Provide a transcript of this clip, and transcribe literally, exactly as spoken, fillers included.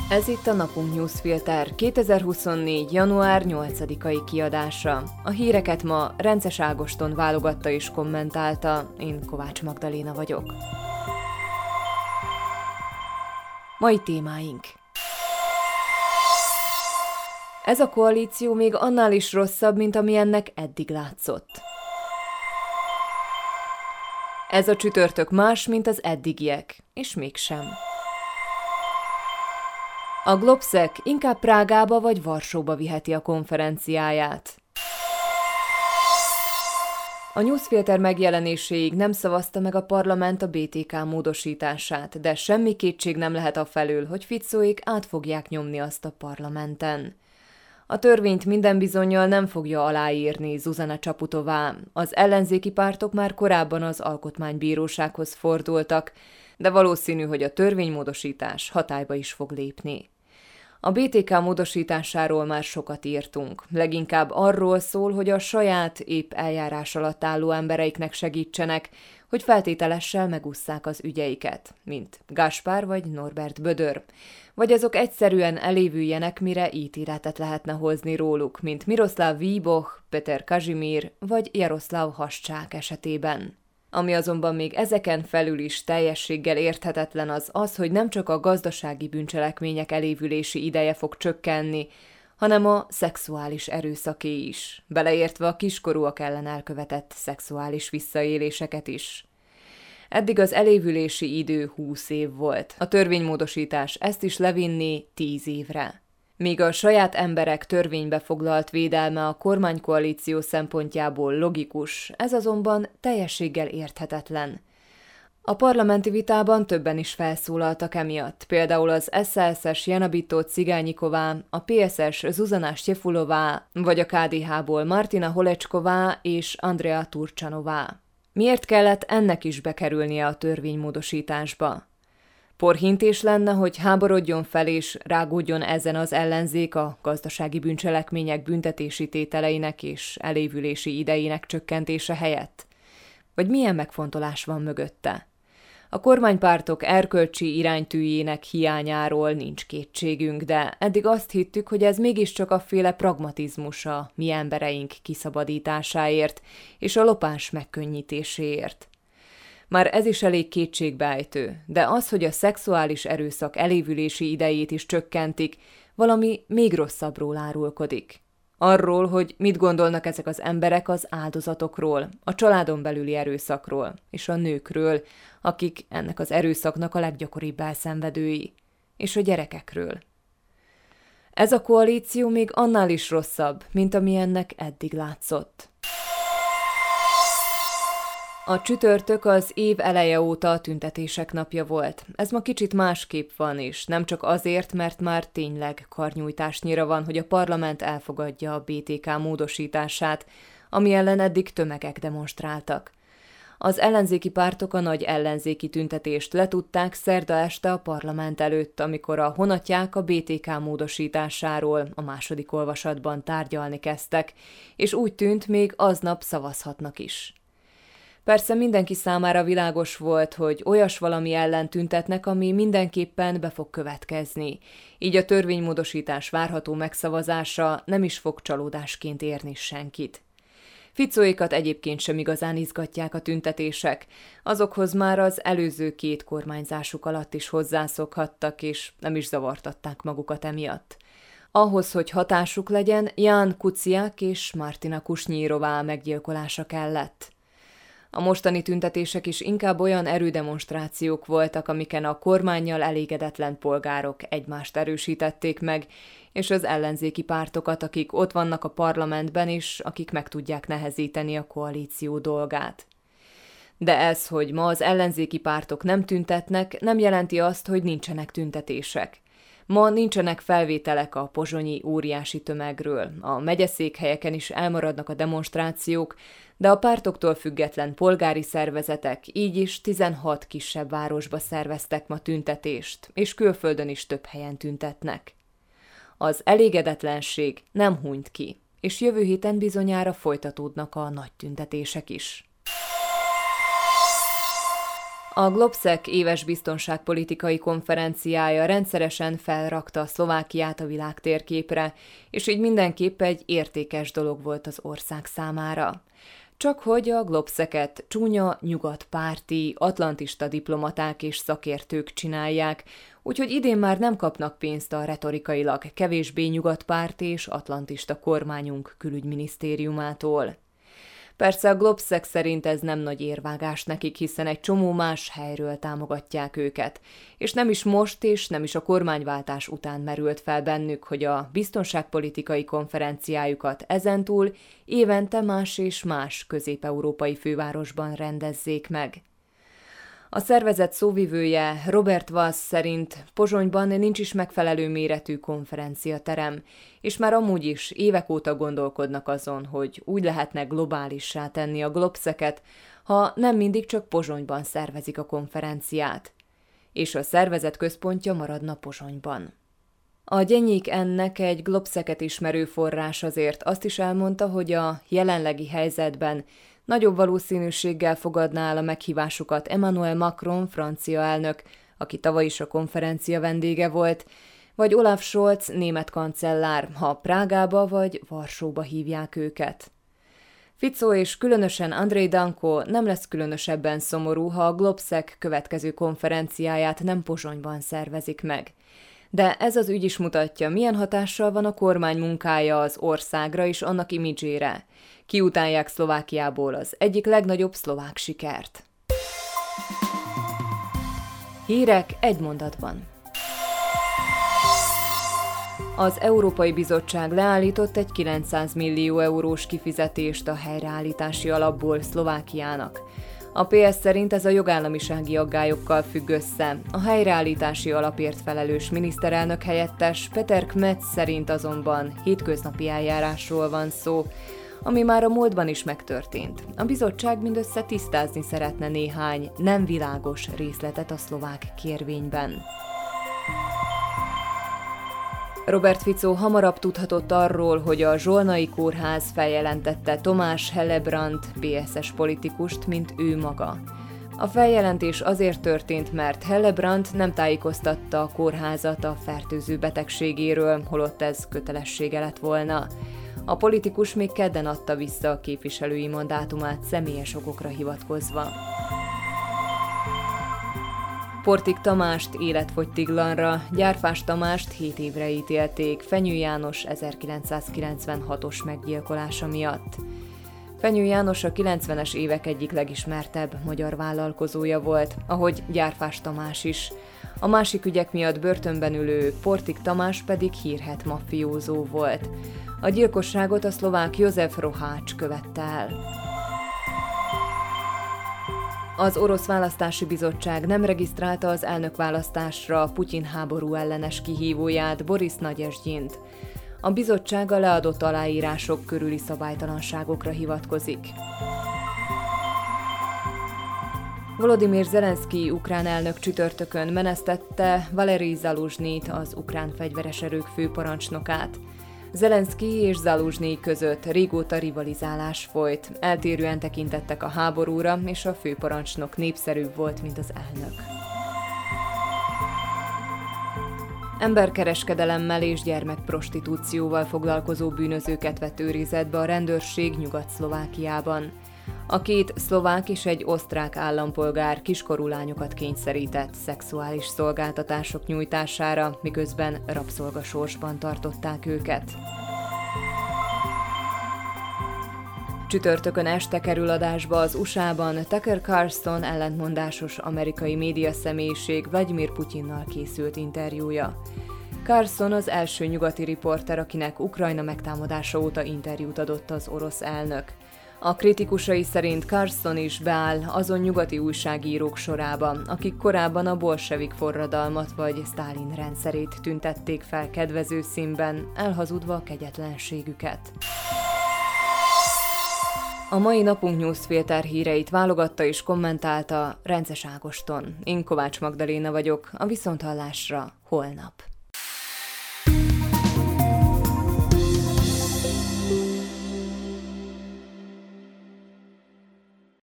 Ez itt a Napunk Newsfilter kétezer-huszonnégy. január nyolcadikai kiadása. A híreket ma Rences Ágoston válogatta és kommentálta, én Kovács Magdaléna vagyok. Mai témáink. Ez a koalíció még annál is rosszabb, mint amilyennek eddig látszott. Ez a csütörtök más, mint az eddigiek, és mégsem. A Globsec inkább Prágába vagy Varsóba viheti a konferenciáját. A Newsfilter megjelenéséig nem szavazta meg a parlament a bé té ká módosítását, de semmi kétség nem lehet afelől, hogy Ficóék át fogják nyomni azt a parlamenten. A törvényt minden bizonnyal nem fogja aláírni Zuzana Csaputová. Az ellenzéki pártok már korábban az alkotmánybírósághoz fordultak, de valószínű, hogy a törvénymódosítás hatályba is fog lépni. A bé té ká módosításáról már sokat írtunk. Leginkább arról szól, hogy a saját épp eljárás alatt álló embereiknek segítsenek, hogy feltételessel megússzák az ügyeiket, mint Gáspár vagy Norbert Bödör, vagy azok egyszerűen elévüljenek, mire ítéletet lehetne hozni róluk, mint Miroslav Víboch, Peter Kazimír vagy Jaroszláv Haščák esetében. Ami azonban még ezeken felül is teljességgel érthetetlen az az, hogy nem csak a gazdasági bűncselekmények elévülési ideje fog csökkenni, hanem a szexuális erőszaké is, beleértve a kiskorúak ellen elkövetett szexuális visszaéléseket is. Eddig az elévülési idő húsz év volt, a törvénymódosítás ezt is levinni tíz évre. Míg a saját emberek törvénybe foglalt védelme a kormánykoalíció szempontjából logikus, ez azonban teljességgel érthetetlen. A parlamenti vitában többen is felszólaltak emiatt, például az es zé es es Jana Bitó Cigányiková, a pé es es Zuzana Stjefulová, vagy a ká dé há-ból Martina Holečková és Andrea Turcsanová. Miért kellett ennek is bekerülnie a törvénymódosításba? Porhintés lenne, hogy háborodjon fel és rágódjon ezen az ellenzék a gazdasági bűncselekmények büntetési tételeinek és elévülési idejének csökkentése helyett? Vagy milyen megfontolás van mögötte? A kormánypártok erkölcsi iránytűjének hiányáról nincs kétségünk, de eddig azt hittük, hogy ez mégiscsak a féle pragmatizmus a mi embereink kiszabadításáért és a lopás megkönnyítéséért. Már ez is elég kétségbeejtő, de az, hogy a szexuális erőszak elévülési idejét is csökkentik, valami még rosszabbról árulkodik. Arról, hogy mit gondolnak ezek az emberek az áldozatokról, a családon belüli erőszakról és a nőkről, akik ennek az erőszaknak a leggyakoribb elszenvedői, és a gyerekekről. Ez a koalíció még annál is rosszabb, mint amilyennek eddig látszott. A csütörtök az év eleje óta a tüntetések napja volt. Ez ma kicsit másképp van is, nem csak azért, mert már tényleg karnyújtásnyira van, hogy a parlament elfogadja a bé té ká módosítását, ami ellen eddig tömegek demonstráltak. Az ellenzéki pártok a nagy ellenzéki tüntetést letudták szerda este a parlament előtt, amikor a honatják a bé té ká módosításáról a második olvasatban tárgyalni kezdtek, és úgy tűnt, még aznap szavazhatnak is. Persze mindenki számára világos volt, hogy olyas valami ellen tüntetnek, ami mindenképpen be fog következni, így a törvénymódosítás várható megszavazása nem is fog csalódásként érni senkit. Ficóékat egyébként sem igazán izgatják a tüntetések, azokhoz már az előző két kormányzásuk alatt is hozzászokhattak, és nem is zavartatták magukat emiatt. Ahhoz, hogy hatásuk legyen, Ján Kuciak és Martina Kusnyírová meggyilkolása kellett. A mostani tüntetések is inkább olyan erődemonstrációk voltak, amiken a kormánnyal elégedetlen polgárok egymást erősítették meg, és az ellenzéki pártokat, akik ott vannak a parlamentben is, akik meg tudják nehezíteni a koalíció dolgát. De ez, hogy ma az ellenzéki pártok nem tüntetnek, nem jelenti azt, hogy nincsenek tüntetések. Ma nincsenek felvételek a pozsonyi óriási tömegről, a megyeszékhelyeken is elmaradnak a demonstrációk, de a pártoktól független polgári szervezetek így is tizenhat kisebb városba szerveztek ma tüntetést, és külföldön is több helyen tüntetnek. Az elégedetlenség nem hunyt ki, és jövő héten bizonyára folytatódnak a nagy tüntetések is. A Globsec éves biztonságpolitikai konferenciája rendszeresen felrakta Szlovákiát a világtérképre, és így mindenképp egy értékes dolog volt az ország számára. Csak hogy a Globsecet csúnya, nyugatpárti, atlantista diplomaták és szakértők csinálják, úgyhogy idén már nem kapnak pénzt a retorikailag kevésbé nyugatpárti és atlantista kormányunk külügyminisztériumától. Persze a Globsec szerint ez nem nagy érvágás nekik, hiszen egy csomó más helyről támogatják őket, és nem is most és nem is a kormányváltás után merült fel bennük, hogy a biztonságpolitikai konferenciájukat ezentúl évente más és más közép-európai fővárosban rendezzék meg. A szervezet szóvivője Robert Vass szerint Pozsonyban nincs is megfelelő méretű konferenciaterem, és már amúgy is évek óta gondolkodnak azon, hogy úgy lehetne globálissá tenni a Globsecet, ha nem mindig csak Pozsonyban szervezik a konferenciát, és a szervezet központja maradna Pozsonyban. A Gyenyik ennek egy Globsecet ismerő forrás azért azt is elmondta, hogy a jelenlegi helyzetben nagyobb valószínűséggel fogadná el a meghívásukat Emmanuel Macron, francia elnök, aki tavaly is a konferencia vendége volt, vagy Olaf Scholz, német kancellár, ha Prágába vagy Varsóba hívják őket. Fico és különösen Andrej Danko nem lesz különösebben szomorú, ha a Globsec következő konferenciáját nem Pozsonyban szervezik meg. De ez az ügy is mutatja, milyen hatással van a kormány munkája az országra és annak imidzsére. Kiutálják Szlovákiából az egyik legnagyobb szlovák sikert. Hírek egy mondatban. Az Európai Bizottság leállított egy kilencszáz millió eurós kifizetést a helyreállítási alapból Szlovákiának. A pé es szerint ez a jogállamisági aggályokkal függ össze. A helyreállítási alapért felelős miniszterelnök helyettes Peter Kmetz szerint azonban hétköznapi eljárásról van szó, ami már a múltban is megtörtént. A bizottság mindössze tisztázni szeretne néhány nem világos részletet a szlovák kérvényben. Robert Fico hamarabb tudhatott arról, hogy a Zsolnai Kórház feljelentette Tomás Hellebrandt bé es es politikust, mint ő maga. A feljelentés azért történt, mert Hellebrandt nem tájékoztatta a kórházat a fertőző betegségéről, holott ez kötelessége lett volna. A politikus még kedden adta vissza a képviselői mandátumát személyes okokra hivatkozva. Portik Tamást életfogytiglanra, Gyárfás Tamást hét évre ítélték Fenyő János ezerkilencszázkilencvenhatos meggyilkolása miatt. Fenyő János a kilencvenes évek egyik legismertebb magyar vállalkozója volt, ahogy Gyárfás Tamás is. A másik ügyek miatt börtönben ülő Portik Tamás pedig hírhedt maffiózó volt. A gyilkosságot a szlovák Jozef Rohács követte el. Az orosz választási bizottság nem regisztrálta az elnökválasztásra Putyin háború ellenes kihívóját, Boris Nagyezsgyint. A bizottság a leadott aláírások körüli szabálytalanságokra hivatkozik. Volodymyr Zelenszkij ukrán elnök csütörtökön menesztette Valerij Zaluzsnyit, az ukrán fegyveres erők főparancsnokát. Zelenszkij és Zaluzsnyij között régóta rivalizálás folyt, eltérően tekintettek a háborúra, és a főparancsnok népszerűbb volt, mint az elnök. Emberkereskedelemmel és gyermekprostitúcióval foglalkozó bűnözőket vett őrizetbe a rendőrség Nyugat-Szlovákiában. A két szlovák és egy osztrák állampolgár kiskorú lányokat kényszerített szexuális szolgáltatások nyújtására, miközben rabszolgasorsban tartották őket. Csütörtökön este kerül adásba az u es á-ban Tucker Carlson ellentmondásos amerikai médiaszemélyiség Vladimir Putyinnal készült interjúja. Carlson az első nyugati riporter, akinek Ukrajna megtámadása óta interjút adott az orosz elnök. A kritikusai szerint Carlson is beáll azon nyugati újságírók sorába, akik korábban a bolsevik forradalmat vagy Sztálin rendszerét tüntették fel kedvező színben, elhazudva a kegyetlenségüket. A mai napunk newsfilter híreit válogatta és kommentálta Rences Ágoston. Én Kovács Magdaléna vagyok, a viszonthallásra holnap.